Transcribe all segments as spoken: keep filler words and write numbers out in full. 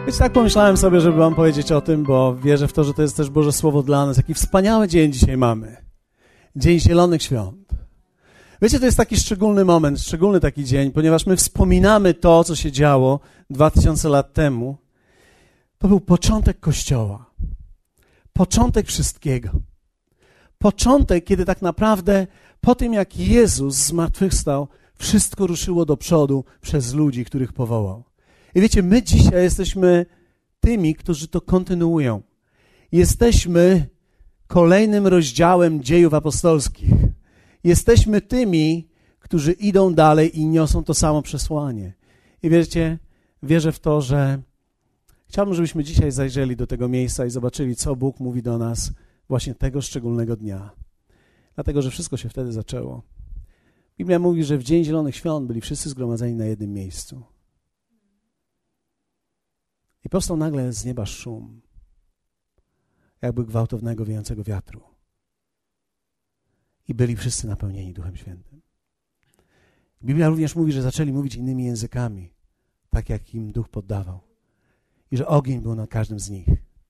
Więc tak pomyślałem sobie, żeby wam powiedzieć o tym, bo wierzę w to, że to jest też Boże Słowo dla nas. Jaki wspaniały dzień dzisiaj mamy. Dzień Zielonych Świąt. Wiecie, to jest taki szczególny moment, szczególny taki dzień, ponieważ my wspominamy to, co się działo dwa tysiące lat temu. To był początek Kościoła. Początek wszystkiego. Początek, kiedy tak naprawdę po tym, jak Jezus zmartwychwstał, wszystko ruszyło do przodu przez ludzi, których powołał. I wiecie, my dzisiaj jesteśmy tymi, którzy to kontynuują. Jesteśmy kolejnym rozdziałem dziejów apostolskich. Jesteśmy tymi, którzy idą dalej i niosą to samo przesłanie. I wiecie, wierzę w to, że chciałbym, żebyśmy dzisiaj zajrzeli do tego miejsca i zobaczyli, co Bóg mówi do nas właśnie tego szczególnego dnia. Dlatego, że wszystko się wtedy zaczęło. Biblia mówi, że w Dzień Zielonych Świąt byli wszyscy zgromadzeni na jednym miejscu. I powstał nagle z nieba szum, jakby gwałtownego wiejącego wiatru. I byli wszyscy napełnieni Duchem Świętym. Biblia również mówi, że zaczęli mówić innymi językami, tak jak im Duch poddawał. I że ogień był na każdym z nich.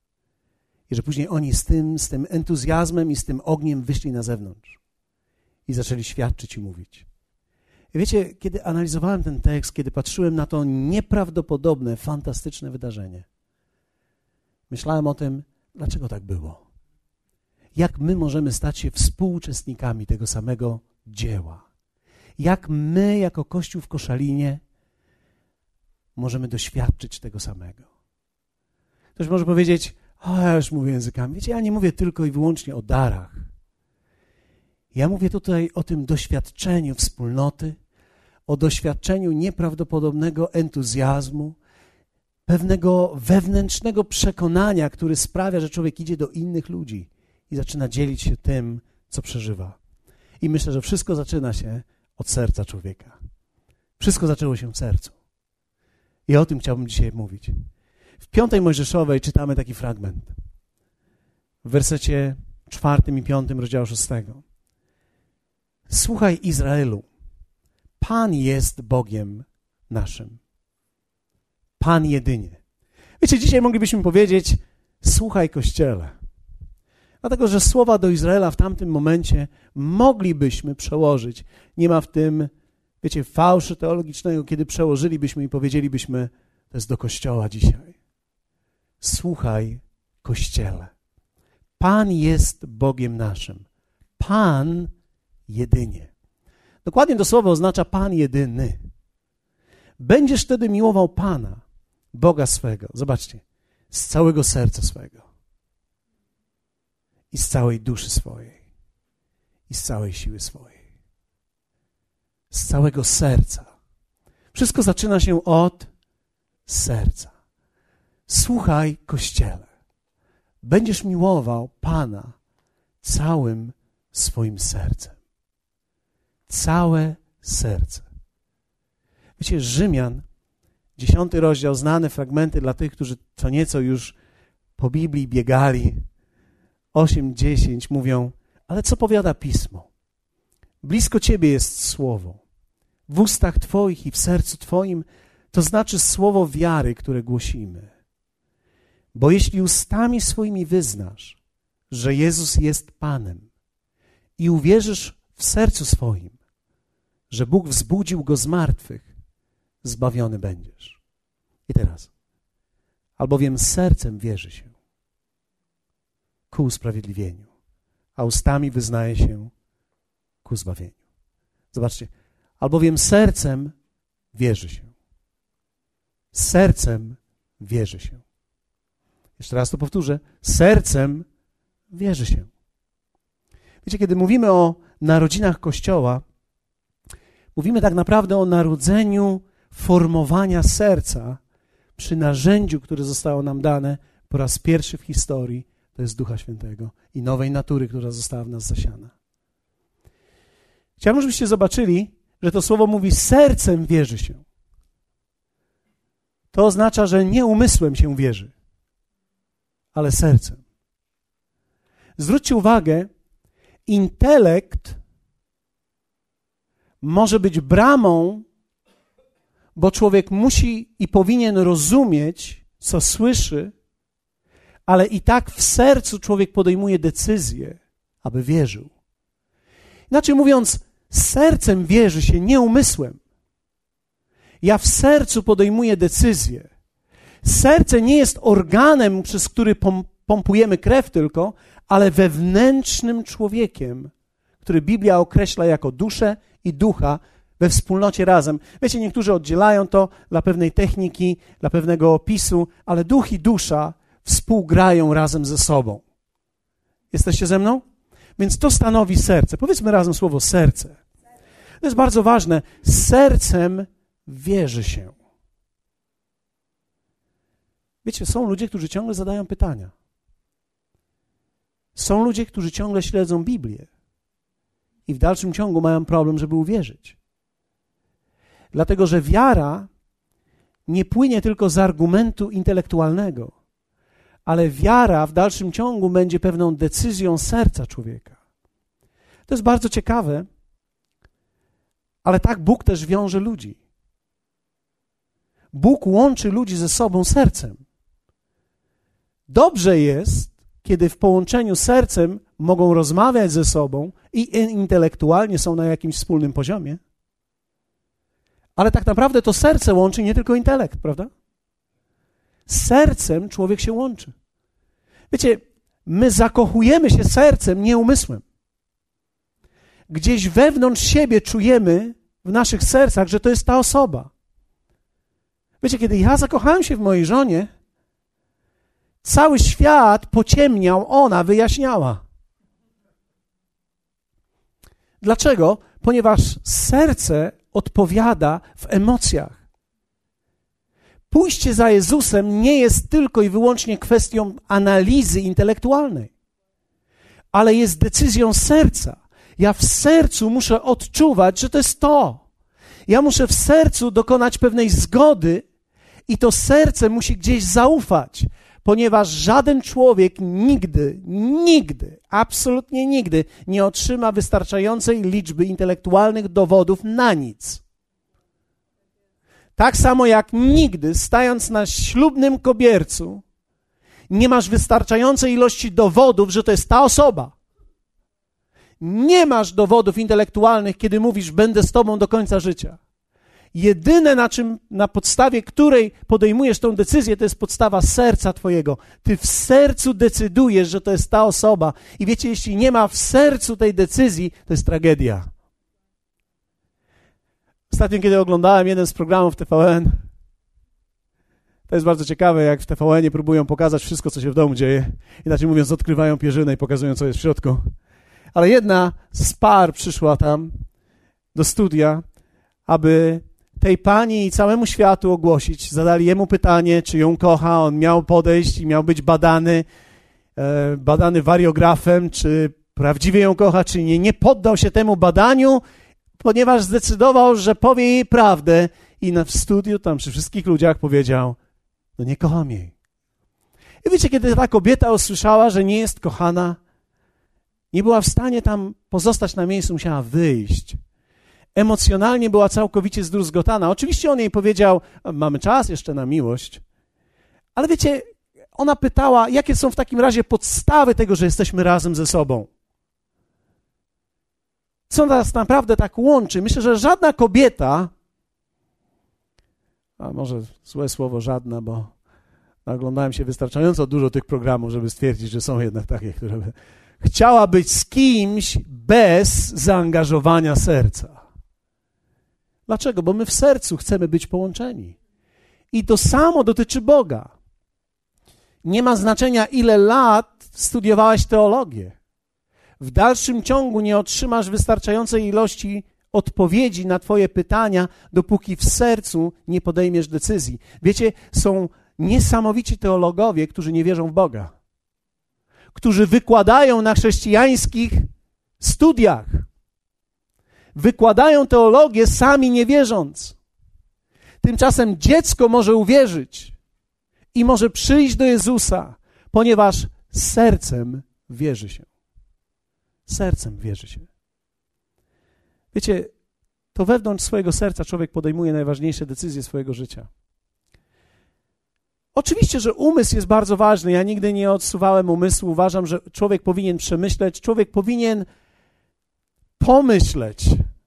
I że później oni z tym, z tym entuzjazmem i z tym ogniem wyszli na zewnątrz. I zaczęli świadczyć i mówić. I wiecie, kiedy analizowałem ten tekst, kiedy patrzyłem na to nieprawdopodobne, fantastyczne wydarzenie, myślałem o tym, dlaczego tak było. Jak my możemy stać się współuczestnikami tego samego dzieła. Jak my, jako Kościół w Koszalinie, możemy doświadczyć tego samego. Ktoś może powiedzieć, o, ja już mówię językami. Wiecie, ja nie mówię tylko i wyłącznie o darach. Ja mówię tutaj o tym doświadczeniu wspólnoty, o doświadczeniu nieprawdopodobnego entuzjazmu, pewnego wewnętrznego przekonania, który sprawia, że człowiek idzie do innych ludzi i zaczyna dzielić się tym, co przeżywa. I myślę, że wszystko zaczyna się od serca człowieka. Wszystko zaczęło się w sercu. I o tym chciałbym dzisiaj mówić. W Piątej Mojżeszowej czytamy taki fragment. W wersecie czwartym i piątym rozdziału szóstego. Słuchaj, Izraelu, Pan jest Bogiem naszym. Pan jedynie. Wiecie, dzisiaj moglibyśmy powiedzieć, słuchaj, Kościele. Dlatego, że słowa do Izraela w tamtym momencie moglibyśmy przełożyć. Nie ma w tym, wiecie, fałszu teologicznego, kiedy przełożylibyśmy i powiedzielibyśmy, to jest do Kościoła dzisiaj. Słuchaj, Kościele. Pan jest Bogiem naszym. Pan jedynie. Dokładnie to słowo oznacza Pan jedyny. Będziesz wtedy miłował Pana, Boga swego. Zobaczcie, z całego serca swego. I z całej duszy swojej. I z całej siły swojej. Z całego serca. Wszystko zaczyna się od serca. Słuchaj, Kościele. Będziesz miłował Pana całym swoim sercem. Całe serce. Wiecie, Rzymian, dziesiąty rozdział, znane fragmenty dla tych, którzy co nieco już po Biblii biegali, osiem dziesięć mówią, ale co powiada Pismo? Blisko Ciebie jest Słowo, w ustach Twoich i w sercu Twoim, to znaczy słowo wiary, które głosimy. Bo jeśli ustami swoimi wyznasz, że Jezus jest Panem i uwierzysz w sercu swoim, że Bóg wzbudził Go z martwych, zbawiony będziesz. I teraz, albowiem sercem wierzy się ku usprawiedliwieniu, a ustami wyznaje się ku zbawieniu. Zobaczcie, albowiem sercem wierzy się. Sercem wierzy się. Jeszcze raz to powtórzę. Sercem wierzy się. Wiecie, kiedy mówimy o narodzinach Kościoła, mówimy tak naprawdę o narodzeniu formowania serca przy narzędziu, które zostało nam dane po raz pierwszy w historii, to jest Ducha Świętego i nowej natury, która została w nas zasiana. Chciałbym, żebyście zobaczyli, że to słowo mówi sercem wierzy się. To oznacza, że nie umysłem się wierzy, ale sercem. Zwróćcie uwagę, intelekt może być bramą, bo człowiek musi i powinien rozumieć co słyszy, ale i tak w sercu człowiek podejmuje decyzję, aby wierzył. Inaczej mówiąc, sercem wierzy się, nie umysłem. Ja w sercu podejmuję decyzję. Serce nie jest organem, przez który pom- pompujemy krew tylko, ale wewnętrznym człowiekiem, który Biblia określa jako duszę i ducha we wspólnocie razem. Wiecie, niektórzy oddzielają to dla pewnej techniki, dla pewnego opisu, ale duch i dusza współgrają razem ze sobą. Jesteście ze mną? Więc to stanowi serce. Powiedzmy razem słowo serce. To jest bardzo ważne. Sercem wierzy się. Wiecie, są ludzie, którzy ciągle zadają pytania. Są ludzie, którzy ciągle śledzą Biblię i w dalszym ciągu mają problem, żeby uwierzyć. Dlatego, że wiara nie płynie tylko z argumentu intelektualnego, ale wiara w dalszym ciągu będzie pewną decyzją serca człowieka. To jest bardzo ciekawe, ale tak Bóg też wiąże ludzi. Bóg łączy ludzi ze sobą sercem. Dobrze jest, kiedy w połączeniu sercem mogą rozmawiać ze sobą i intelektualnie są na jakimś wspólnym poziomie, ale tak naprawdę to serce łączy nie tylko intelekt, prawda? Z sercem człowiek się łączy. Wiecie, my zakochujemy się sercem, nie umysłem. Gdzieś wewnątrz siebie czujemy w naszych sercach, że to jest ta osoba. Wiecie, kiedy ja zakochałem się w mojej żonie, cały świat pociemniał, ona wyjaśniała. Dlaczego? Ponieważ serce odpowiada w emocjach. Pójście za Jezusem nie jest tylko i wyłącznie kwestią analizy intelektualnej, ale jest decyzją serca. Ja w sercu muszę odczuwać, że to jest to. Ja muszę w sercu dokonać pewnej zgody i to serce musi gdzieś zaufać, ponieważ żaden człowiek nigdy, nigdy, absolutnie nigdy nie otrzyma wystarczającej liczby intelektualnych dowodów na nic. Tak samo jak nigdy, stając na ślubnym kobiercu, nie masz wystarczającej ilości dowodów, że to jest ta osoba. Nie masz dowodów intelektualnych, kiedy mówisz, będę z tobą do końca życia. Jedyne, na czym, na podstawie której podejmujesz tą decyzję, to jest podstawa serca twojego. Ty w sercu decydujesz, że to jest ta osoba. I wiecie, jeśli nie ma w sercu tej decyzji, to jest tragedia. Ostatnio, kiedy oglądałem jeden z programów T V N, to jest bardzo ciekawe, jak w T V N-ie próbują pokazać wszystko, co się w domu dzieje. Inaczej mówiąc, odkrywają pierzynę i pokazują, co jest w środku. Ale jedna z par przyszła tam do studia, aby tej pani i całemu światu ogłosić. Zadali jemu pytanie, czy ją kocha. On miał podejść i miał być badany, e, badany wariografem, czy prawdziwie ją kocha, czy nie. Nie poddał się temu badaniu, ponieważ zdecydował, że powie jej prawdę i na, w studiu tam przy wszystkich ludziach powiedział, no nie kocham jej. I wiecie, kiedy ta kobieta usłyszała, że nie jest kochana, nie była w stanie tam pozostać na miejscu, musiała wyjść. Emocjonalnie była całkowicie zdruzgotana. Oczywiście on jej powiedział, mamy czas jeszcze na miłość. Ale wiecie, ona pytała, jakie są w takim razie podstawy tego, że jesteśmy razem ze sobą. Co nas naprawdę tak łączy? Myślę, że żadna kobieta, a może złe słowo żadna, bo oglądałem się wystarczająco dużo tych programów, żeby stwierdzić, że są jednak takie, które by chciała być z kimś bez zaangażowania serca. Dlaczego? Bo my w sercu chcemy być połączeni. I to samo dotyczy Boga. Nie ma znaczenia, ile lat studiowałeś teologię. W dalszym ciągu nie otrzymasz wystarczającej ilości odpowiedzi na twoje pytania, dopóki w sercu nie podejmiesz decyzji. Wiecie, są niesamowici teologowie, którzy nie wierzą w Boga, którzy wykładają na chrześcijańskich studiach. Wykładają teologię sami nie wierząc. Tymczasem dziecko może uwierzyć i może przyjść do Jezusa, ponieważ sercem wierzy się. Sercem wierzy się. Wiecie, to wewnątrz swojego serca człowiek podejmuje najważniejsze decyzje swojego życia. Oczywiście, że umysł jest bardzo ważny. Ja nigdy nie odsuwałem umysłu. Uważam, że człowiek powinien przemyśleć, człowiek powinien pomyśleć.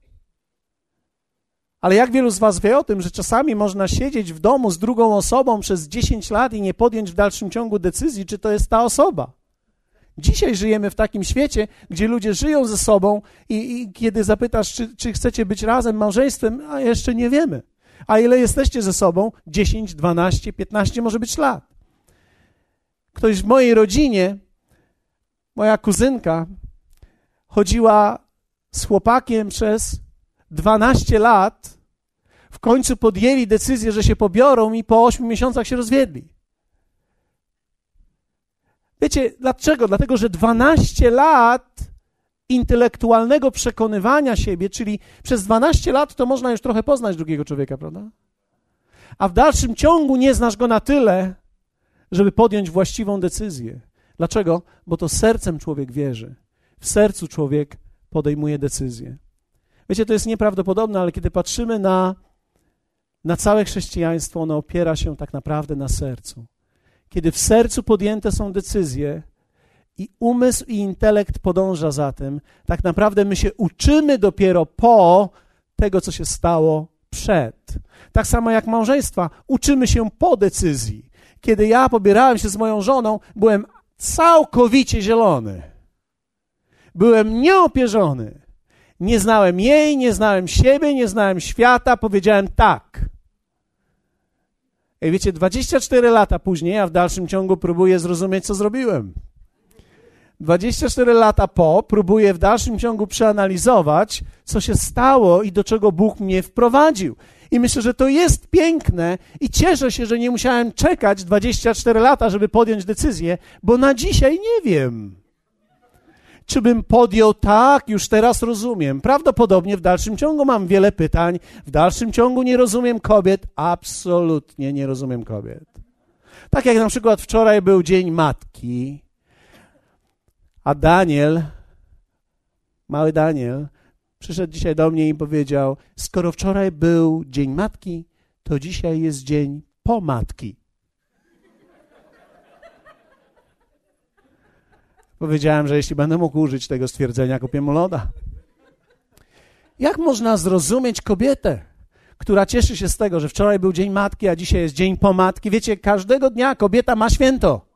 Ale jak wielu z was wie o tym, że czasami można siedzieć w domu z drugą osobą przez dziesięć lat i nie podjąć w dalszym ciągu decyzji, czy to jest ta osoba. Dzisiaj żyjemy w takim świecie, gdzie ludzie żyją ze sobą i, i kiedy zapytasz, czy, czy chcecie być razem małżeństwem, a jeszcze nie wiemy. A ile jesteście ze sobą? dziesięć, dwanaście, piętnaście może być lat. Ktoś w mojej rodzinie, moja kuzynka, chodziła z chłopakiem przez dwanaście lat, w końcu podjęli decyzję, że się pobiorą i po ośmiu miesiącach się rozwiedli. Wiecie, dlaczego? Dlatego, że dwanaście lat intelektualnego przekonywania siebie, czyli przez dwanaście lat to można już trochę poznać drugiego człowieka, prawda? A w dalszym ciągu nie znasz go na tyle, żeby podjąć właściwą decyzję. Dlaczego? Bo to sercem człowiek wierzy. W sercu człowiek podejmuje decyzję. Wiecie, to jest nieprawdopodobne, ale kiedy patrzymy na, na całe chrześcijaństwo, ono opiera się tak naprawdę na sercu. Kiedy w sercu podjęte są decyzje i umysł i intelekt podąża za tym, tak naprawdę my się uczymy dopiero po tego, co się stało przed. Tak samo jak małżeństwa, uczymy się po decyzji. Kiedy ja pobierałem się z moją żoną, byłem całkowicie zielony. Byłem nieopierzony. Nie znałem jej, nie znałem siebie, nie znałem świata, powiedziałem tak. I wiecie, dwadzieścia cztery lata później, a w dalszym ciągu próbuję zrozumieć, co zrobiłem. dwadzieścia cztery lata po, próbuję w dalszym ciągu przeanalizować, co się stało i do czego Bóg mnie wprowadził. I myślę, że to jest piękne i cieszę się, że nie musiałem czekać dwadzieścia cztery lata, żeby podjąć decyzję, bo na dzisiaj nie wiem. Czy bym podjął tak, już teraz rozumiem. Prawdopodobnie w dalszym ciągu mam wiele pytań, w dalszym ciągu nie rozumiem kobiet, absolutnie nie rozumiem kobiet. Tak jak na przykład wczoraj był Dzień Matki, a Daniel, mały Daniel, przyszedł dzisiaj do mnie i powiedział, skoro wczoraj był Dzień Matki, to dzisiaj jest Dzień po matki. Powiedziałem, że jeśli będę mógł użyć tego stwierdzenia, kupię mu loda. Jak można zrozumieć kobietę, która cieszy się z tego, że wczoraj był Dzień Matki, a dzisiaj jest Dzień po matki? Wiecie, każdego dnia kobieta ma święto.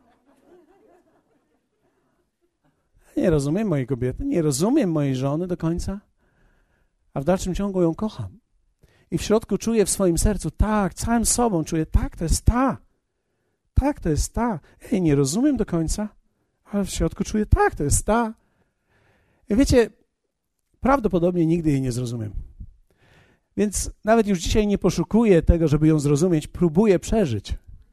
Nie rozumiem mojej kobiety, nie rozumiem mojej żony do końca, a w dalszym ciągu ją kocham. I w środku czuję w swoim sercu, tak, całym sobą czuję, tak, to jest ta. Tak, to jest ta. Ej, nie rozumiem do końca, ale w środku czuję, tak, to jest ta. I wiecie, prawdopodobnie nigdy jej nie zrozumiem. Więc nawet już dzisiaj nie poszukuję tego, żeby ją zrozumieć, próbuję przeżyć.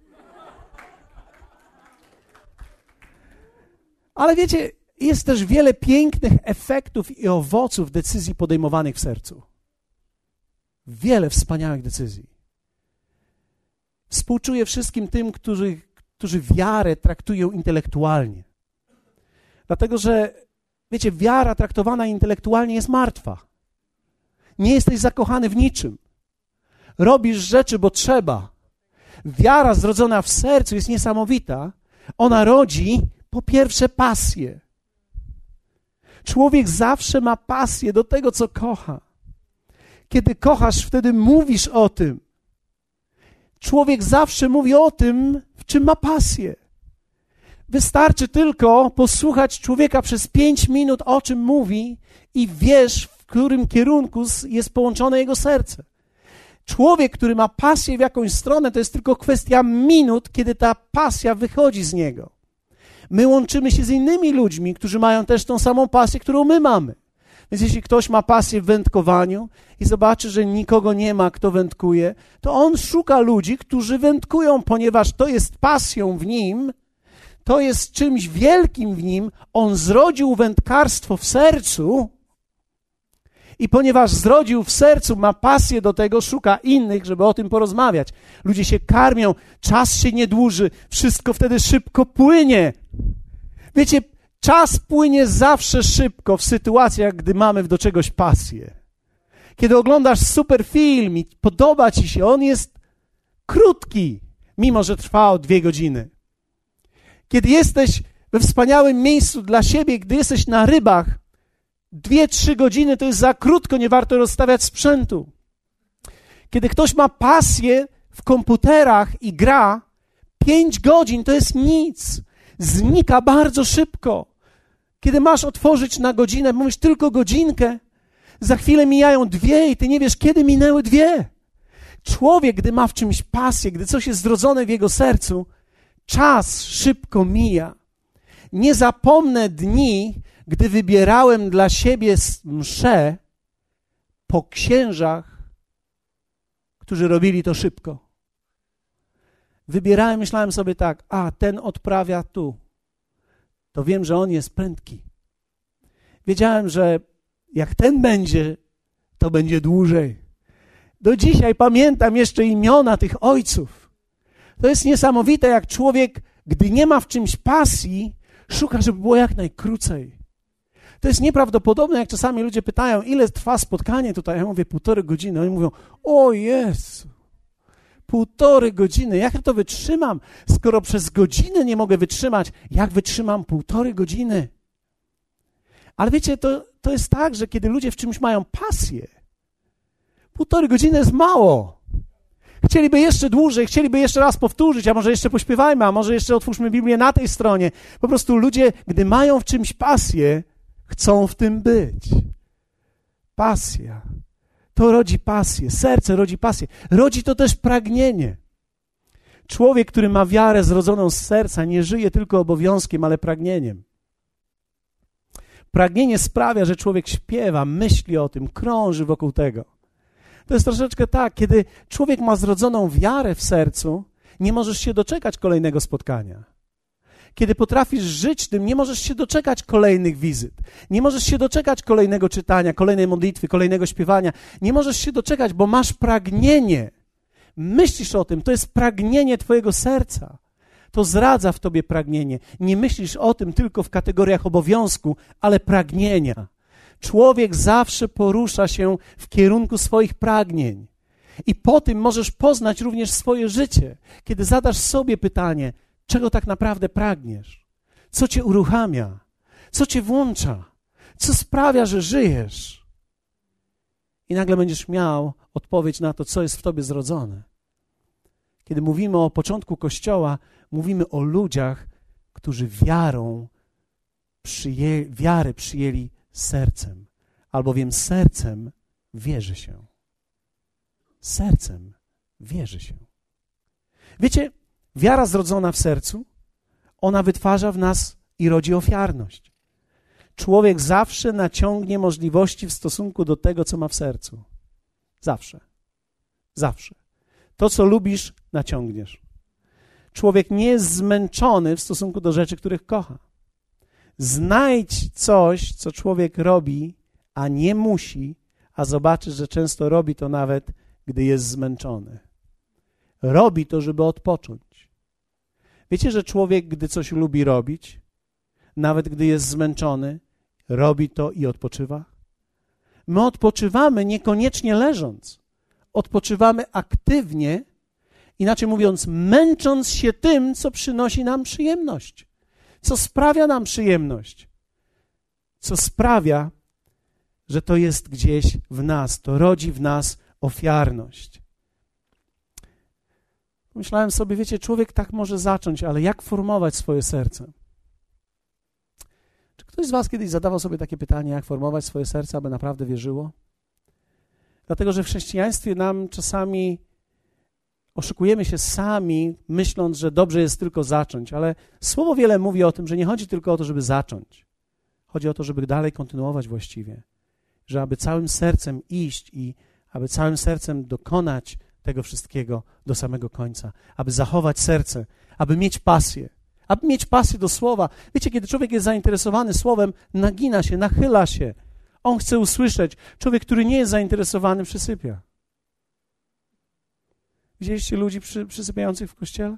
Ale wiecie, jest też wiele pięknych efektów i owoców decyzji podejmowanych w sercu. Wiele wspaniałych decyzji. Współczuję wszystkim tym, którzy, którzy wiarę traktują intelektualnie. Dlatego, że wiecie, wiara traktowana intelektualnie jest martwa. Nie jesteś zakochany w niczym. Robisz rzeczy, bo trzeba. Wiara zrodzona w sercu jest niesamowita. Ona rodzi po pierwsze pasję. Człowiek zawsze ma pasję do tego, co kocha. Kiedy kochasz, wtedy mówisz o tym. Człowiek zawsze mówi o tym, w czym ma pasję. Wystarczy tylko posłuchać człowieka przez pięć minut, o czym mówi i wiesz, w którym kierunku jest połączone jego serce. Człowiek, który ma pasję w jakąś stronę, to jest tylko kwestia minut, kiedy ta pasja wychodzi z niego. My łączymy się z innymi ludźmi, którzy mają też tą samą pasję, którą my mamy. Więc jeśli ktoś ma pasję w wędkowaniu i zobaczy, że nikogo nie ma, kto wędkuje, to on szuka ludzi, którzy wędkują, ponieważ to jest pasją w nim, to jest czymś wielkim w nim. On zrodził wędkarstwo w sercu i ponieważ zrodził w sercu, ma pasję do tego, szuka innych, żeby o tym porozmawiać. Ludzie się karmią, czas się nie dłuży, wszystko wtedy szybko płynie. Wiecie, czas płynie zawsze szybko w sytuacjach, gdy mamy do czegoś pasję. Kiedy oglądasz super film i podoba ci się, on jest krótki. mimo że trwało dwie godziny. Kiedy jesteś we wspaniałym miejscu dla siebie, gdy jesteś na rybach, dwie, trzy godziny to jest za krótko, nie warto rozstawiać sprzętu. Kiedy ktoś ma pasję w komputerach i gra, pięć godzin to jest nic. Znika bardzo szybko. Kiedy masz otworzyć na godzinę, mówisz tylko godzinkę, za chwilę mijają dwie i ty nie wiesz, kiedy minęły dwie. Człowiek, gdy ma w czymś pasję, gdy coś jest zrodzone w jego sercu, czas szybko mija. Nie zapomnę dni, gdy wybierałem dla siebie mszę po księżach, którzy robili to szybko. Wybierałem, myślałem sobie tak, a ten odprawia tu, to wiem, że on jest prędki. Wiedziałem, że jak ten będzie, to będzie dłużej. Do dzisiaj pamiętam jeszcze imiona tych ojców. To jest niesamowite, jak człowiek, gdy nie ma w czymś pasji, szuka, żeby było jak najkrócej. To jest nieprawdopodobne, jak czasami ludzie pytają, ile trwa spotkanie tutaj. Ja mówię, półtorej godziny. Oni mówią, o Jezu, półtorej godziny. Jak ja to wytrzymam? Skoro przez godzinę nie mogę wytrzymać, jak wytrzymam półtorej godziny? Ale wiecie, to, to jest tak, że kiedy ludzie w czymś mają pasję, półtorej godziny jest mało. Chcieliby jeszcze dłużej, chcieliby jeszcze raz powtórzyć, a może jeszcze pośpiewajmy, a może jeszcze otwórzmy Biblię na tej stronie. Po prostu ludzie, gdy mają w czymś pasję, chcą w tym być. Pasja. To rodzi pasję. Serce rodzi pasję. Rodzi to też pragnienie. Człowiek, który ma wiarę zrodzoną z serca, nie żyje tylko obowiązkiem, ale pragnieniem. Pragnienie sprawia, że człowiek śpiewa, myśli o tym, krąży wokół tego. To jest troszeczkę tak, kiedy człowiek ma zrodzoną wiarę w sercu, nie możesz się doczekać kolejnego spotkania. Kiedy potrafisz żyć tym, nie możesz się doczekać kolejnych wizyt. Nie możesz się doczekać kolejnego czytania, kolejnej modlitwy, kolejnego śpiewania. Nie możesz się doczekać, bo masz pragnienie. Myślisz o tym, to jest pragnienie twojego serca. To zradza w tobie pragnienie. Nie myślisz o tym tylko w kategoriach obowiązku, ale pragnienia. Człowiek zawsze porusza się w kierunku swoich pragnień. I po tym możesz poznać również swoje życie. Kiedy zadasz sobie pytanie, czego tak naprawdę pragniesz? Co cię uruchamia? Co cię włącza? Co sprawia, że żyjesz? I nagle będziesz miał odpowiedź na to, co jest w tobie zrodzone. Kiedy mówimy o początku Kościoła, mówimy o ludziach, którzy wiarą przyję, wiarę przyjęli sercem, albowiem sercem wierzy się. Sercem wierzy się. Wiecie, wiara zrodzona w sercu, ona wytwarza w nas i rodzi ofiarność. Człowiek zawsze naciągnie możliwości w stosunku do tego, co ma w sercu. Zawsze. Zawsze. To, co lubisz, naciągniesz. Człowiek nie jest zmęczony w stosunku do rzeczy, których kocha. Znajdź coś, co człowiek robi, a nie musi, a zobaczysz, że często robi to nawet, gdy jest zmęczony. Robi to, żeby odpocząć. Wiecie, że człowiek, gdy coś lubi robić, nawet gdy jest zmęczony, robi to i odpoczywa? My odpoczywamy niekoniecznie leżąc. Odpoczywamy aktywnie, inaczej mówiąc, męcząc się tym, co przynosi nam przyjemność. Co sprawia nam przyjemność. Co sprawia, że to jest gdzieś w nas, to rodzi w nas ofiarność. Myślałem sobie, wiecie, człowiek tak może zacząć, ale jak formować swoje serce? Czy ktoś z was kiedyś zadawał sobie takie pytanie, jak formować swoje serce, aby naprawdę wierzyło? Dlatego, że w chrześcijaństwie nam czasami oszukujemy się sami, myśląc, że dobrze jest tylko zacząć, ale Słowo wiele mówi o tym, że nie chodzi tylko o to, żeby zacząć. Chodzi o to, żeby dalej kontynuować właściwie. Że aby całym sercem iść i aby całym sercem dokonać tego wszystkiego do samego końca. Aby zachować serce, aby mieć pasję. Aby mieć pasję do Słowa. Wiecie, kiedy człowiek jest zainteresowany Słowem, nagina się, nachyla się. On chce usłyszeć. Człowiek, który nie jest zainteresowany, przysypia. Widzieliście ludzi przy, przysypiających w kościele?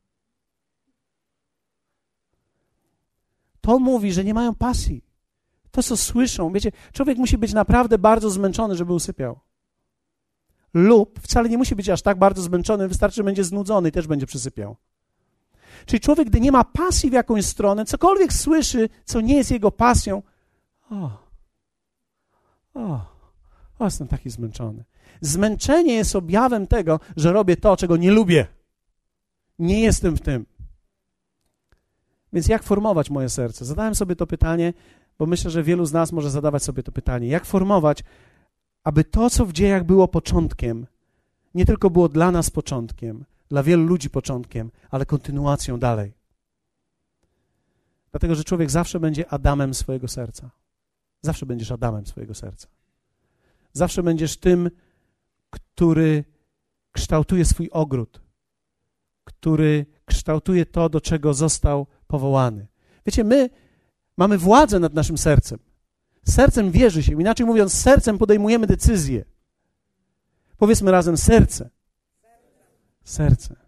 To mówi, że nie mają pasji. To, co słyszą, wiecie, człowiek musi być naprawdę bardzo zmęczony, żeby usypiał. lub wcale nie musi być aż tak bardzo zmęczony, wystarczy, że będzie znudzony i też będzie przysypiał. Czyli człowiek, gdy nie ma pasji w jakąś stronę, cokolwiek słyszy, co nie jest jego pasją, o, o, o, jestem taki zmęczony. Zmęczenie jest objawem tego, że robię to, czego nie lubię. Nie jestem w tym. Więc jak formować moje serce? Zadałem sobie to pytanie, bo myślę, że wielu z nas może zadawać sobie to pytanie. Jak formować, aby to, co w dziejach było początkiem, nie tylko było dla nas początkiem, dla wielu ludzi początkiem, ale kontynuacją dalej. Dlatego, że człowiek zawsze będzie Adamem swojego serca. Zawsze będziesz Adamem swojego serca. Zawsze będziesz tym, który kształtuje swój ogród, który kształtuje to, do czego został powołany. Wiecie, my mamy władzę nad naszym sercem. Sercem wierzy się. Inaczej mówiąc, sercem podejmujemy decyzje. Powiedzmy razem serce. Serce.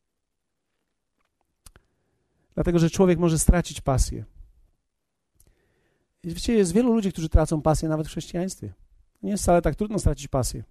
Dlatego, że człowiek może stracić pasję. Wiecie, jest wielu ludzi, którzy tracą pasję nawet w chrześcijaństwie. Nie jest wcale tak trudno stracić pasję.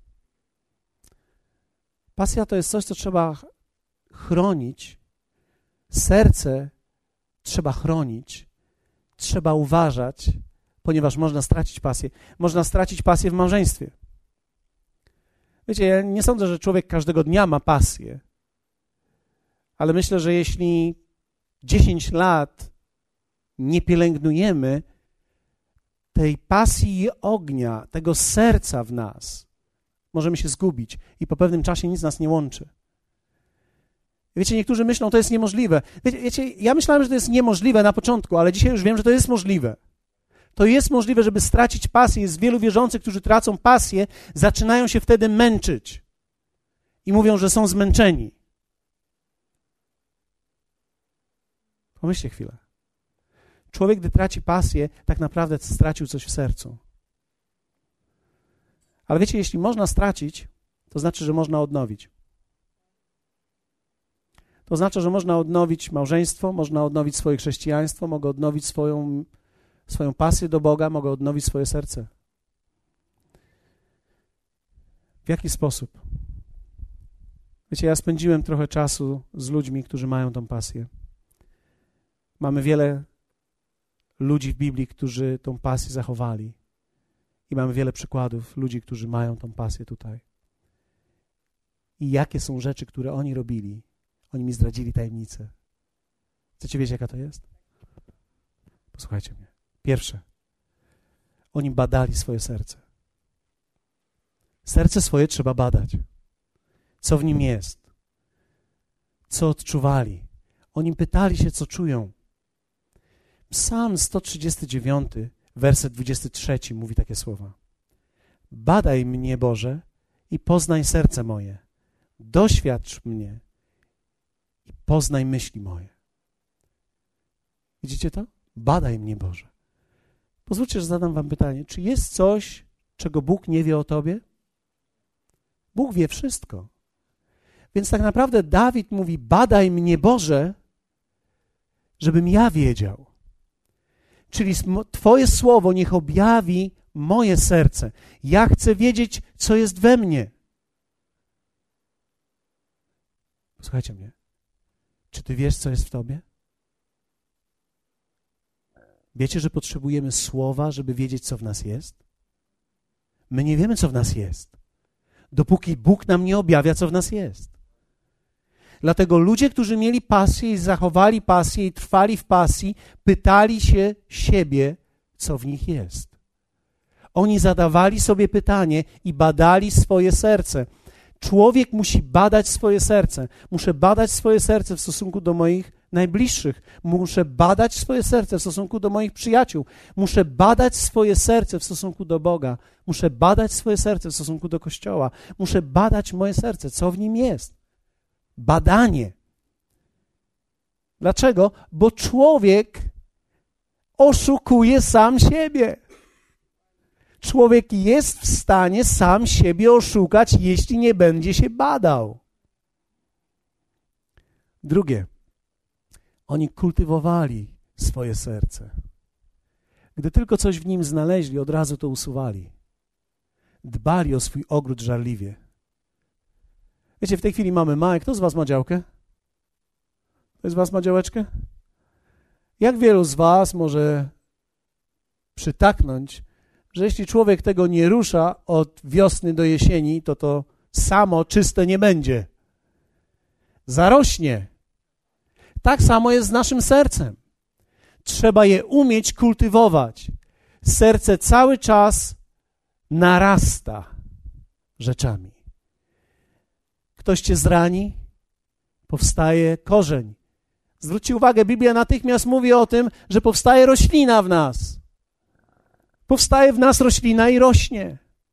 Pasja to jest coś, co trzeba chronić. Serce trzeba chronić. Trzeba uważać, ponieważ można stracić pasję. Można stracić pasję w małżeństwie. Wiecie, ja nie sądzę, że człowiek każdego dnia ma pasję. Ale myślę, że jeśli dziesięć lat nie pielęgnujemy tej pasji i ognia, tego serca w nas, możemy się zgubić i po pewnym czasie nic nas nie łączy. Wiecie, niektórzy myślą, to jest niemożliwe. Wiecie, wiecie, ja myślałem, że to jest niemożliwe na początku, ale dzisiaj już wiem, że to jest możliwe. To jest możliwe, żeby stracić pasję. Jest wielu wierzących, którzy tracą pasję, zaczynają się wtedy męczyć i mówią, że są zmęczeni. Pomyślcie chwilę. Człowiek, gdy traci pasję, tak naprawdę stracił coś w sercu. Ale wiecie, jeśli można stracić, to znaczy, że można odnowić. To znaczy, że można odnowić małżeństwo, można odnowić swoje chrześcijaństwo, mogę odnowić swoją, swoją pasję do Boga, mogę odnowić swoje serce. W jaki sposób? Wiecie, ja spędziłem trochę czasu z ludźmi, którzy mają tą pasję. Mamy wiele ludzi w Biblii, którzy tą pasję zachowali. I mamy wiele przykładów ludzi, którzy mają tą pasję tutaj. I jakie są rzeczy, które oni robili? Oni mi zdradzili tajemnicę. Chcecie wiedzieć, jaka to jest? Posłuchajcie mnie. Pierwsze. Oni badali swoje serce. Serce swoje trzeba badać. Co w nim jest? Co odczuwali? Oni pytali się, co czują. Psalm sto trzydziesty dziewiąty, werset dwudziesty trzeci mówi takie słowa. Badaj mnie, Boże, i poznaj serce moje. Doświadcz mnie i poznaj myśli moje. Widzicie to? Badaj mnie, Boże. Pozwólcie, że zadam wam pytanie. Czy jest coś, czego Bóg nie wie o tobie? Bóg wie wszystko. Więc tak naprawdę Dawid mówi, badaj mnie, Boże, żebym ja wiedział. Czyli Twoje słowo niech objawi moje serce. Ja chcę wiedzieć, co jest we mnie. Posłuchajcie mnie. Czy Ty wiesz, co jest w Tobie? Wiecie, że potrzebujemy słowa, żeby wiedzieć, co w nas jest? My nie wiemy, co w nas jest, dopóki Bóg nam nie objawia, co w nas jest. Dlatego ludzie, którzy mieli pasję i zachowali pasję i trwali w pasji, pytali się siebie, co w nich jest. Oni zadawali sobie pytanie i badali swoje serce. Człowiek musi badać swoje serce. Muszę badać swoje serce w stosunku do moich najbliższych. Muszę badać swoje serce w stosunku do moich przyjaciół. Muszę badać swoje serce w stosunku do Boga. Muszę badać swoje serce w stosunku do Kościoła. Muszę badać moje serce, co w nim jest. Badanie. Dlaczego? Bo człowiek oszukuje sam siebie. Człowiek jest w stanie sam siebie oszukać, jeśli nie będzie się badał. Drugie. Oni kultywowali swoje serce. Gdy tylko coś w nim znaleźli, od razu to usuwali. Dbali o swój ogród żarliwie. Wiecie, w tej chwili mamy maj. Kto z was ma działkę? Kto z was ma działeczkę? Jak wielu z was może przytaknąć, że jeśli człowiek tego nie rusza od wiosny do jesieni, to to samo czyste nie będzie. Zarośnie. Tak samo jest z naszym sercem. Trzeba je umieć kultywować. Serce cały czas narasta rzeczami. Ktoś cię zrani, powstaje korzeń. Zwróćcie uwagę, Biblia natychmiast mówi o tym, że powstaje roślina w nas. Powstaje w nas roślina i rośnie.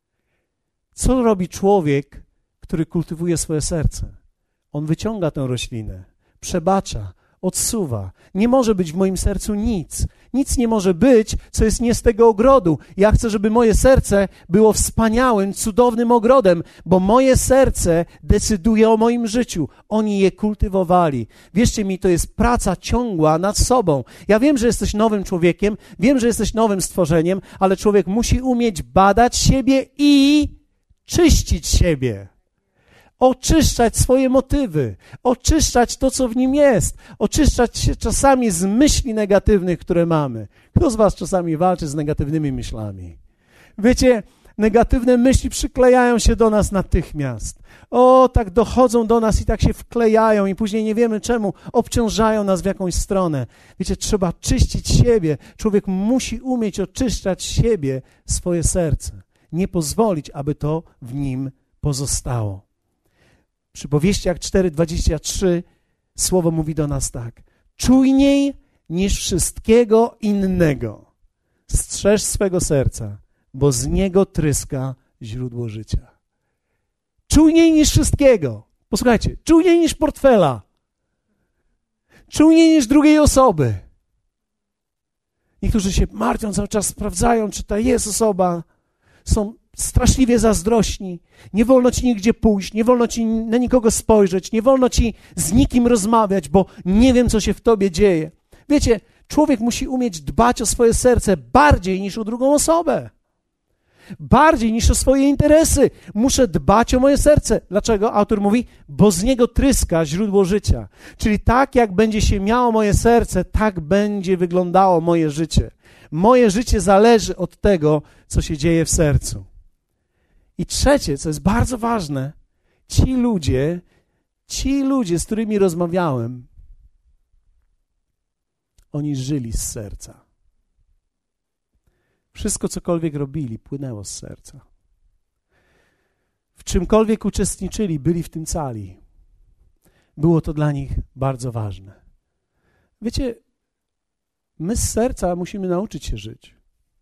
Co robi człowiek, który kultywuje swoje serce? On wyciąga tę roślinę, przebacza, odsuwa. Nie może być w moim sercu nic. Nic nie może być, co jest nie z tego ogrodu. Ja chcę, żeby moje serce było wspaniałym, cudownym ogrodem, bo moje serce decyduje o moim życiu. Oni je kultywowali. Wierzcie mi, to jest praca ciągła nad sobą. Ja wiem, że jesteś nowym człowiekiem, wiem, że jesteś nowym stworzeniem, ale człowiek musi umieć badać siebie i czyścić siebie. Oczyszczać swoje motywy, oczyszczać to, co w nim jest, oczyszczać się czasami z myśli negatywnych, które mamy. Kto z was czasami walczy z negatywnymi myślami? Wiecie, negatywne myśli przyklejają się do nas natychmiast. O, tak dochodzą do nas i tak się wklejają i później nie wiemy czemu, obciążają nas w jakąś stronę. Wiecie, trzeba czyścić siebie. Człowiek musi umieć oczyszczać siebie, swoje serce. Nie pozwolić, aby to w nim pozostało. Przypowieściach cztery dwadzieścia trzy słowo mówi do nas tak. Czujniej niż wszystkiego innego. Strzeż swego serca, bo z niego tryska źródło życia. Czujniej niż wszystkiego. Posłuchajcie, czujniej niż portfela. Czujniej niż drugiej osoby. Niektórzy się martwią, cały czas sprawdzają, czy ta jest osoba. Są straszliwie zazdrośni. Nie wolno ci nigdzie pójść, nie wolno ci na nikogo spojrzeć, nie wolno ci z nikim rozmawiać, bo nie wiem, co się w tobie dzieje. Wiecie, człowiek musi umieć dbać o swoje serce bardziej niż o drugą osobę. Bardziej niż o swoje interesy. Muszę dbać o moje serce. Dlaczego? Autor mówi, bo z niego tryska źródło życia. Czyli tak, jak będzie się miało moje serce, tak będzie wyglądało moje życie. Moje życie zależy od tego, co się dzieje w sercu. I trzecie, co jest bardzo ważne, ci ludzie, ci ludzie, z którymi rozmawiałem, oni żyli z serca. Wszystko, cokolwiek robili, płynęło z serca. W czymkolwiek uczestniczyli, byli w tym cali. Było to dla nich bardzo ważne. Wiecie, my z serca musimy nauczyć się żyć.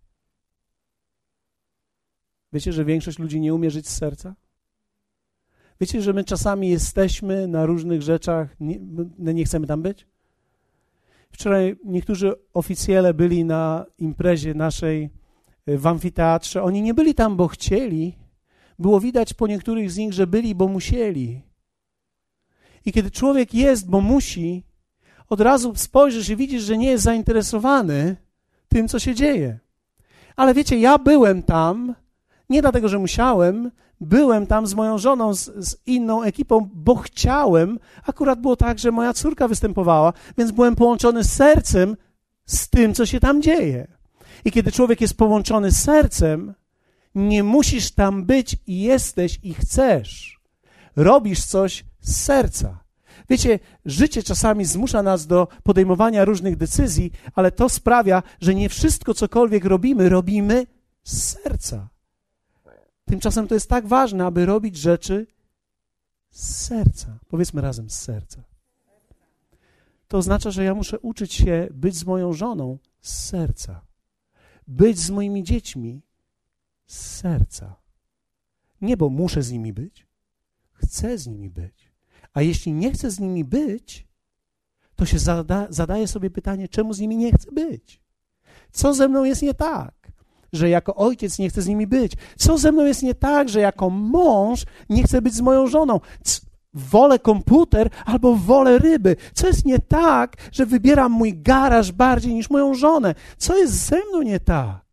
Wiecie, że większość ludzi nie umie żyć z serca? Wiecie, że my czasami jesteśmy na różnych rzeczach, nie, nie chcemy tam być? Wczoraj niektórzy oficjele byli na imprezie naszej w amfiteatrze. Oni nie byli tam, bo chcieli. Było widać po niektórych z nich, że byli, bo musieli. I kiedy człowiek jest, bo musi, od razu spojrzysz i widzisz, że nie jest zainteresowany tym, co się dzieje. Ale wiecie, ja byłem tam, nie dlatego, że musiałem, byłem tam z moją żoną, z, z inną ekipą, bo chciałem. Akurat było tak, że moja córka występowała, więc byłem połączony sercem z tym, co się tam dzieje. I kiedy człowiek jest połączony z sercem, nie musisz tam być i jesteś i chcesz. Robisz coś z serca. Wiecie, życie czasami zmusza nas do podejmowania różnych decyzji, ale to sprawia, że nie wszystko, cokolwiek robimy, robimy z serca. Tymczasem to jest tak ważne, aby robić rzeczy z serca. Powiedzmy razem, z serca. To oznacza, że ja muszę uczyć się być z moją żoną z serca. Być z moimi dziećmi z serca. Nie, bo muszę z nimi być. Chcę z nimi być. A jeśli nie chcę z nimi być, to się zada, zadaję sobie pytanie, czemu z nimi nie chcę być? Co ze mną jest nie tak, że jako ojciec nie chcę z nimi być? Co ze mną jest nie tak, że jako mąż nie chcę być z moją żoną? C- wolę komputer albo wolę ryby? Co jest nie tak, że wybieram mój garaż bardziej niż moją żonę? Co jest ze mną nie tak?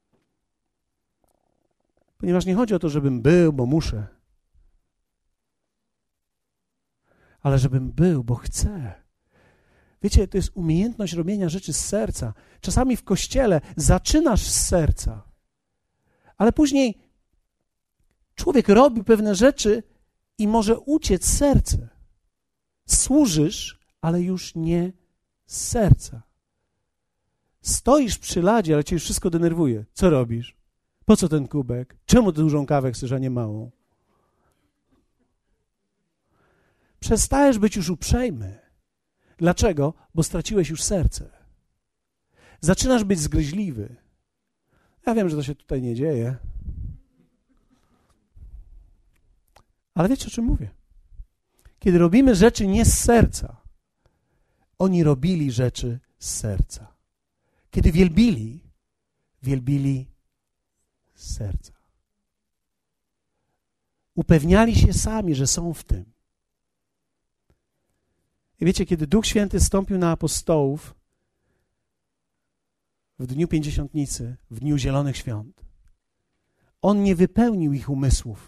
Ponieważ nie chodzi o to, żebym był, bo muszę. ale żebym był, bo chcę. Wiecie, to jest umiejętność robienia rzeczy z serca. Czasami w kościele zaczynasz z serca, ale później człowiek robi pewne rzeczy i może uciec serce. Służysz, ale już nie z serca. Stoisz przy ladzie, ale cię już wszystko denerwuje. Co robisz? Po co ten kubek? Czemu dużą kawę chcesz, a nie małą? Przestajesz być już uprzejmy. Dlaczego? Bo straciłeś już serce. Zaczynasz być zgryźliwy. Ja wiem, że to się tutaj nie dzieje. Ale wiecie, o czym mówię? Kiedy robimy rzeczy nie z serca, oni robili rzeczy z serca. Kiedy wielbili, wielbili z serca. Upewniali się sami, że są w tym. I wiecie, kiedy Duch Święty zstąpił na apostołów w dniu Pięćdziesiątnicy, w dniu Zielonych Świąt, On nie wypełnił ich umysłów.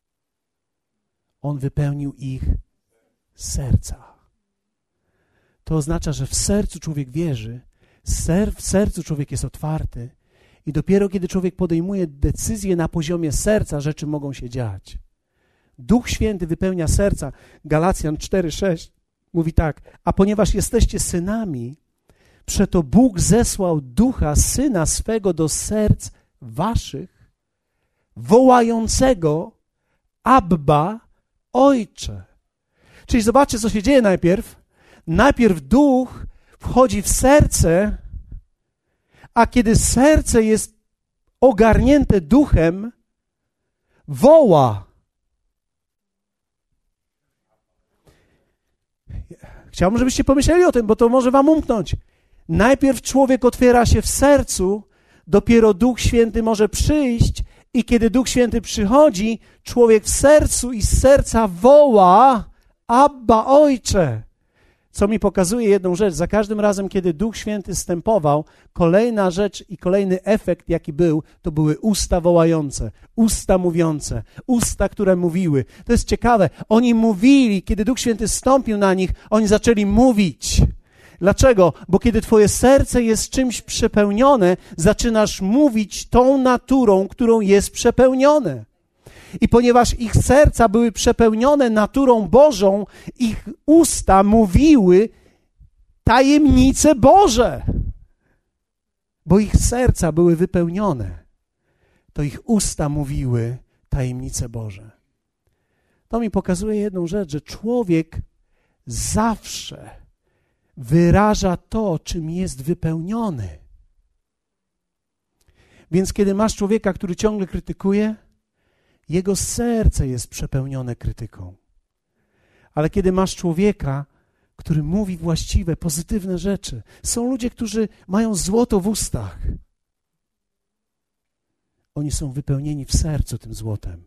On wypełnił ich serca. To oznacza, że w sercu człowiek wierzy, ser, w sercu człowiek jest otwarty i dopiero kiedy człowiek podejmuje decyzję na poziomie serca, rzeczy mogą się dziać. Duch Święty wypełnia serca. Galacjan cztery sześć mówi tak: a ponieważ jesteście synami, przeto Bóg zesłał Ducha Syna swego do serc waszych, wołającego Abba, Ojcze. Czyli zobaczcie, co się dzieje najpierw. Najpierw Duch wchodzi w serce, a kiedy serce jest ogarnięte Duchem, woła. Chciałbym, żebyście pomyśleli o tym, bo to może wam umknąć. Najpierw człowiek otwiera się w sercu, dopiero Duch Święty może przyjść i kiedy Duch Święty przychodzi, człowiek w sercu i z serca woła Abba, Ojcze. Co mi pokazuje jedną rzecz. Za każdym razem, kiedy Duch Święty zstępował, kolejna rzecz i kolejny efekt, jaki był, to były usta wołające, usta mówiące, usta, które mówiły. To jest ciekawe. Oni mówili, kiedy Duch Święty zstąpił na nich, oni zaczęli mówić. Dlaczego? Bo kiedy twoje serce jest czymś przepełnione, zaczynasz mówić tą naturą, którą jest przepełnione. I ponieważ ich serca były przepełnione naturą Bożą, ich usta mówiły tajemnice Boże. Bo ich serca były wypełnione, to ich usta mówiły tajemnice Boże. To mi pokazuje jedną rzecz, że człowiek zawsze wyraża to, czym jest wypełniony. Więc kiedy masz człowieka, który ciągle krytykuje, jego serce jest przepełnione krytyką. Ale kiedy masz człowieka, który mówi właściwe, pozytywne rzeczy, są ludzie, którzy mają złoto w ustach. Oni są wypełnieni w sercu tym złotem.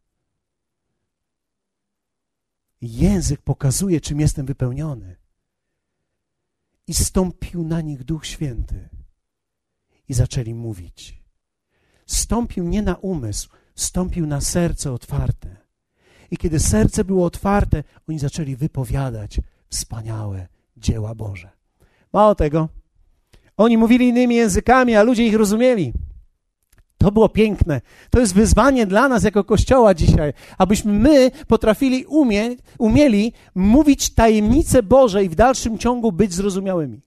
Język pokazuje, czym jestem wypełniony. I stąpił na nich Duch Święty. I zaczęli mówić. Stąpił nie na umysł, stąpił na serce otwarte. I kiedy serce było otwarte, oni zaczęli wypowiadać wspaniałe dzieła Boże. Mało tego, oni mówili innymi językami, a ludzie ich rozumieli. To było piękne. To jest wyzwanie dla nas jako Kościoła dzisiaj, abyśmy my potrafili umie, umieli mówić tajemnice Boże i w dalszym ciągu być zrozumiałymi.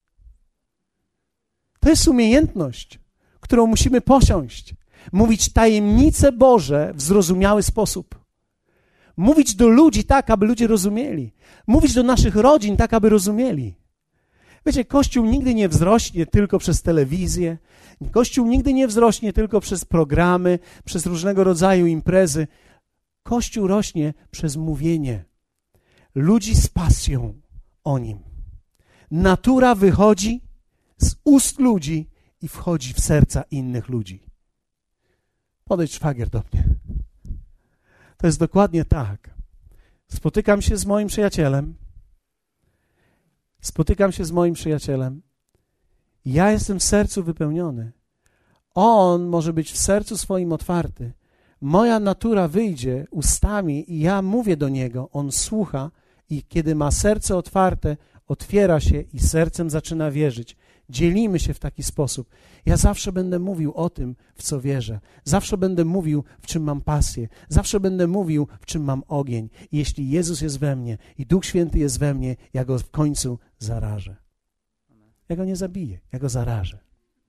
To jest umiejętność, którą musimy posiąść. Mówić tajemnice Boże w zrozumiały sposób. Mówić do ludzi tak, aby ludzie rozumieli. Mówić do naszych rodzin tak, aby rozumieli. Wiecie, Kościół nigdy nie wzrośnie tylko przez telewizję. Kościół nigdy nie wzrośnie tylko przez programy, przez różnego rodzaju imprezy. Kościół rośnie przez mówienie ludzi z pasją o Nim. Natura wychodzi z ust ludzi i wchodzi w serca innych ludzi. Podejdź, szwagier, do mnie. To jest dokładnie tak. Spotykam się z moim przyjacielem. Spotykam się z moim przyjacielem. Ja jestem w sercu wypełniony. On może być w sercu swoim otwarty. Moja natura wyjdzie ustami i ja mówię do niego. On słucha i kiedy ma serce otwarte, otwiera się i sercem zaczyna wierzyć. Dzielimy się w taki sposób. Ja zawsze będę mówił o tym, w co wierzę. Zawsze będę mówił, w czym mam pasję. Zawsze będę mówił, w czym mam ogień. I jeśli Jezus jest we mnie i Duch Święty jest we mnie, ja Go w końcu zarażę. Ja Go nie zabiję, ja Go zarażę.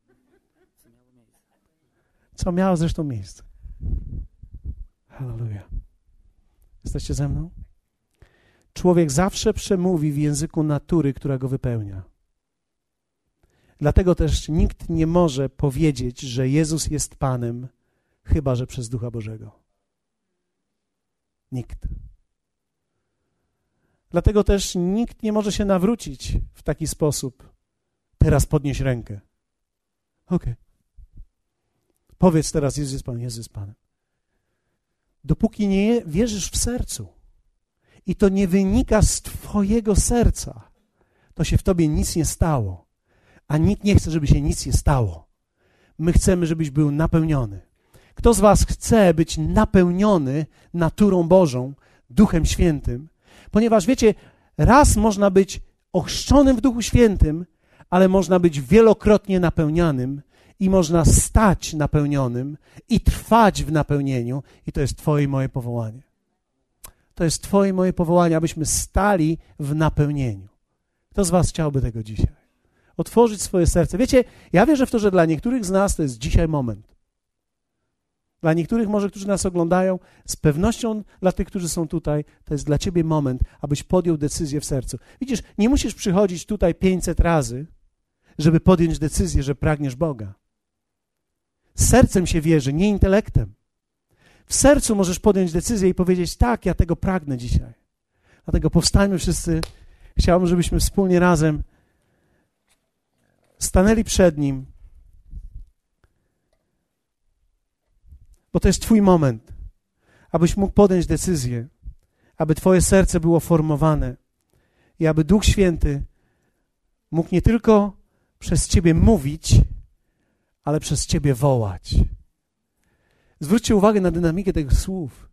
Co miało zresztą miejsce. Halleluja. Jesteście ze mną? Człowiek zawsze przemówi w języku natury, która go wypełnia. Dlatego też nikt nie może powiedzieć, że Jezus jest Panem, chyba że przez Ducha Bożego. Nikt. Dlatego też nikt nie może się nawrócić w taki sposób. Teraz podnieś rękę. Okej. Okay. Powiedz teraz, Jezus jest Panem, Jezus jest Panem. Dopóki nie wierzysz w sercu i to nie wynika z twojego serca, to się w tobie nic nie stało. A nikt nie chce, żeby się nic nie stało. My chcemy, żebyś był napełniony. Kto z was chce być napełniony naturą Bożą, Duchem Świętym? Ponieważ wiecie, raz można być ochrzczonym w Duchu Świętym, ale można być wielokrotnie napełnianym i można stać napełnionym i trwać w napełnieniu i to jest twoje i moje powołanie. To jest twoje i moje powołanie, abyśmy stali w napełnieniu. Kto z was chciałby tego dzisiaj? Otworzyć swoje serce. Wiecie, ja wierzę w to, że dla niektórych z nas to jest dzisiaj moment. Dla niektórych może, którzy nas oglądają, z pewnością dla tych, którzy są tutaj, to jest dla ciebie moment, abyś podjął decyzję w sercu. Widzisz, nie musisz przychodzić tutaj pięćset razy, żeby podjąć decyzję, że pragniesz Boga. Sercem się wierzy, nie intelektem. W sercu możesz podjąć decyzję i powiedzieć, tak, ja tego pragnę dzisiaj. Dlatego powstańmy wszyscy. Chciałbym, żebyśmy wspólnie razem stanęli przed Nim, bo to jest twój moment, abyś mógł podjąć decyzję, aby twoje serce było formowane i aby Duch Święty mógł nie tylko przez ciebie mówić, ale przez ciebie wołać. Zwróćcie uwagę na dynamikę tych słów,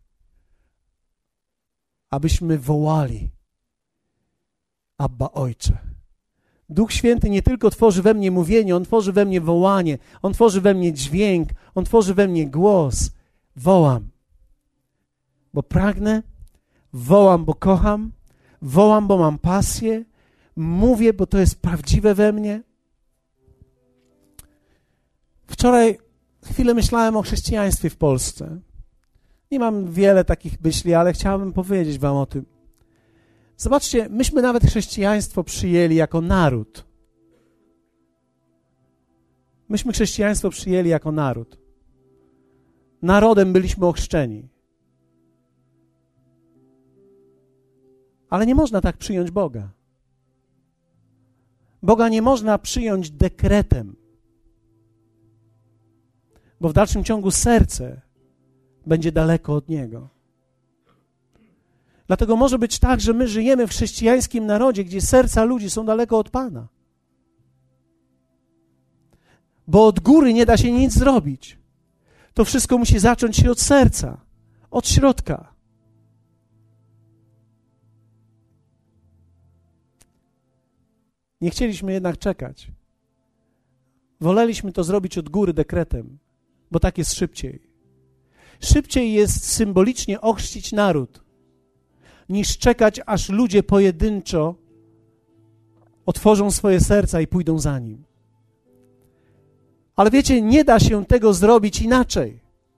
abyśmy wołali Abba, Ojcze. Duch Święty nie tylko tworzy we mnie mówienie, On tworzy we mnie wołanie, On tworzy we mnie dźwięk, On tworzy we mnie głos. Wołam, bo pragnę, wołam, bo kocham, wołam, bo mam pasję, mówię, bo to jest prawdziwe we mnie. Wczoraj chwilę myślałem o chrześcijaństwie w Polsce. Nie mam wiele takich myśli, ale chciałbym powiedzieć wam o tym. Zobaczcie, myśmy nawet chrześcijaństwo przyjęli jako naród. Myśmy chrześcijaństwo przyjęli jako naród. Narodem byliśmy ochrzczeni. Ale nie można tak przyjąć Boga. Boga nie można przyjąć dekretem, bo w dalszym ciągu serce będzie daleko od Niego. Dlatego może być tak, że my żyjemy w chrześcijańskim narodzie, gdzie serca ludzi są daleko od Pana. Bo od góry nie da się nic zrobić. To wszystko musi zacząć się od serca, od środka. Nie chcieliśmy jednak czekać. Woleliśmy to zrobić od góry dekretem, bo tak jest szybciej. Szybciej jest symbolicznie ochrzcić naród, niż czekać, aż ludzie pojedynczo otworzą swoje serca i pójdą za Nim. Ale wiecie, nie da się tego zrobić inaczej.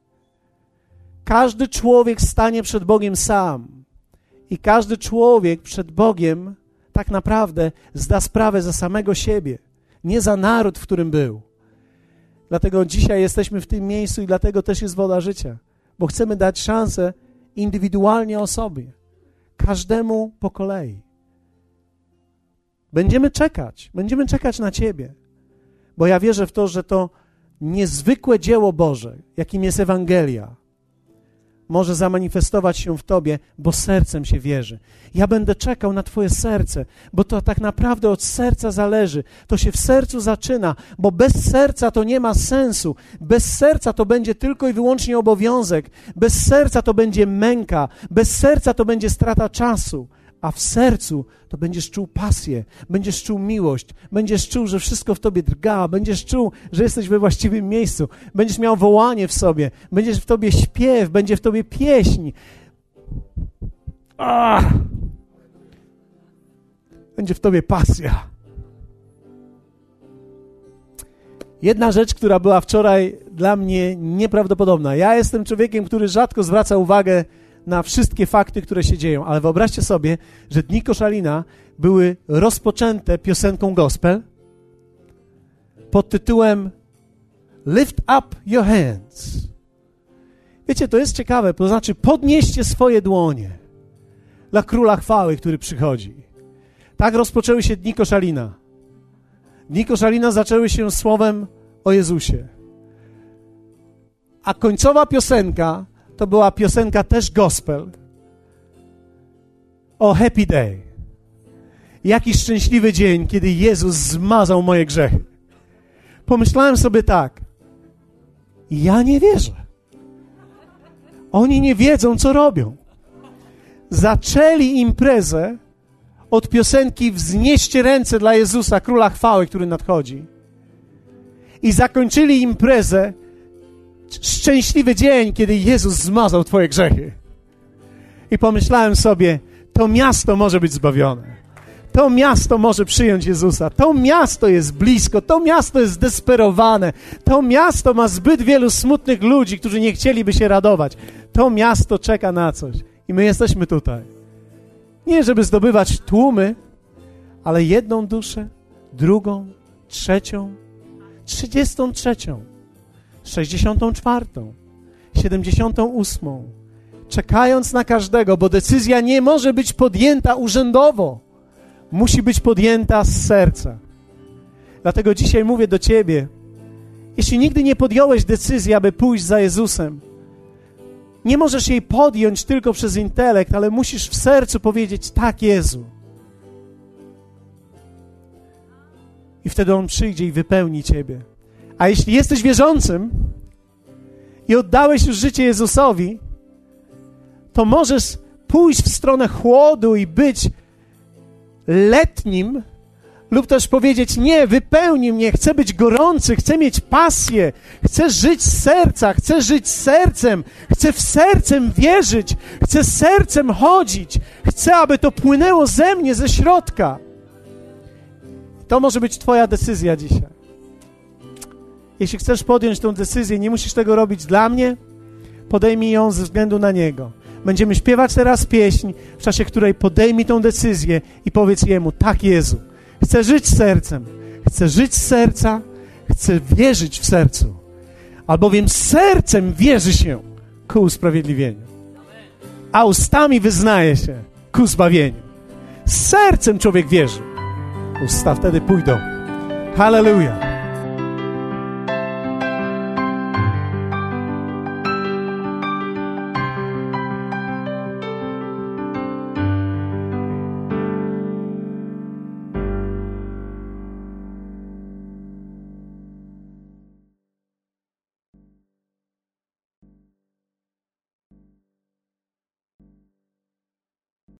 Każdy człowiek stanie przed Bogiem sam i każdy człowiek przed Bogiem tak naprawdę zda sprawę za samego siebie, nie za naród, w którym był. Dlatego dzisiaj jesteśmy w tym miejscu i dlatego też jest Woda Życia, bo chcemy dać szansę indywidualnie osobie, każdemu po kolei. Będziemy czekać, będziemy czekać na Ciebie, bo ja wierzę w to, że to niezwykłe dzieło Boże, jakim jest Ewangelia, może zamanifestować się w Tobie, bo sercem się wierzy. Ja będę czekał na Twoje serce, bo to tak naprawdę od serca zależy. To się w sercu zaczyna, bo bez serca to nie ma sensu. Bez serca to będzie tylko i wyłącznie obowiązek. Bez serca to będzie męka. Bez serca to będzie strata czasu. a w sercu to będziesz czuł pasję, będziesz czuł miłość, będziesz czuł, że wszystko w tobie drga, będziesz czuł, że jesteś we właściwym miejscu, będziesz miał wołanie w sobie, będziesz w tobie śpiew, będzie w tobie pieśń. Ah! Będzie w tobie pasja. Jedna rzecz, która była wczoraj dla mnie nieprawdopodobna. Ja jestem człowiekiem, który rzadko zwraca uwagę na wszystkie fakty, które się dzieją, ale wyobraźcie sobie, że Dni Koszalina były rozpoczęte piosenką gospel pod tytułem Lift Up Your Hands. Wiecie, to jest ciekawe, to znaczy podnieście swoje dłonie dla Króla Chwały, który przychodzi. Tak rozpoczęły się Dni Koszalina. Dni Koszalina zaczęły się słowem o Jezusie. A końcowa piosenka to była piosenka też gospel o Happy Day. Jaki szczęśliwy dzień, kiedy Jezus zmazał moje grzechy. Pomyślałem sobie tak, ja nie wierzę. Oni nie wiedzą, co robią. Zaczęli imprezę od piosenki Wznieście ręce dla Jezusa, Króla Chwały, który nadchodzi. I zakończyli imprezę Szczęśliwy dzień, kiedy Jezus zmazał twoje grzechy. I pomyślałem sobie, to miasto może być zbawione. To miasto może przyjąć Jezusa. To miasto jest blisko. To miasto jest zdesperowane. To miasto ma zbyt wielu smutnych ludzi, którzy nie chcieliby się radować. To miasto czeka na coś. I my jesteśmy tutaj. Nie, żeby zdobywać tłumy, ale jedną duszę, drugą, trzecią, trzydziestą trzecią, sześćdziesiątą czwartą, siedemdziesiątą ósmą, czekając na każdego, bo decyzja nie może być podjęta urzędowo. Musi być podjęta z serca. Dlatego dzisiaj mówię do ciebie, jeśli nigdy nie podjąłeś decyzji, aby pójść za Jezusem, nie możesz jej podjąć tylko przez intelekt, ale musisz w sercu powiedzieć, tak, Jezu. I wtedy On przyjdzie i wypełni ciebie. A jeśli jesteś wierzącym i oddałeś już życie Jezusowi, to możesz pójść w stronę chłodu i być letnim, lub też powiedzieć, nie, wypełnij mnie, chcę być gorący, chcę mieć pasję, chcę żyć z serca, chcę żyć sercem, chcę w sercem wierzyć, chcę sercem chodzić, chcę, aby to płynęło ze mnie, ze środka. To może być twoja decyzja dzisiaj. Jeśli chcesz podjąć tę decyzję, nie musisz tego robić dla mnie, podejmij ją ze względu na Niego. Będziemy śpiewać teraz pieśń, w czasie której podejmij tę decyzję i powiedz Jemu, tak, Jezu, chcę żyć sercem, chcę żyć z serca, chcę wierzyć w sercu, albowiem sercem wierzy się ku usprawiedliwieniu, a ustami wyznaje się ku zbawieniu. Z sercem człowiek wierzy, usta wtedy pójdą. Halleluja!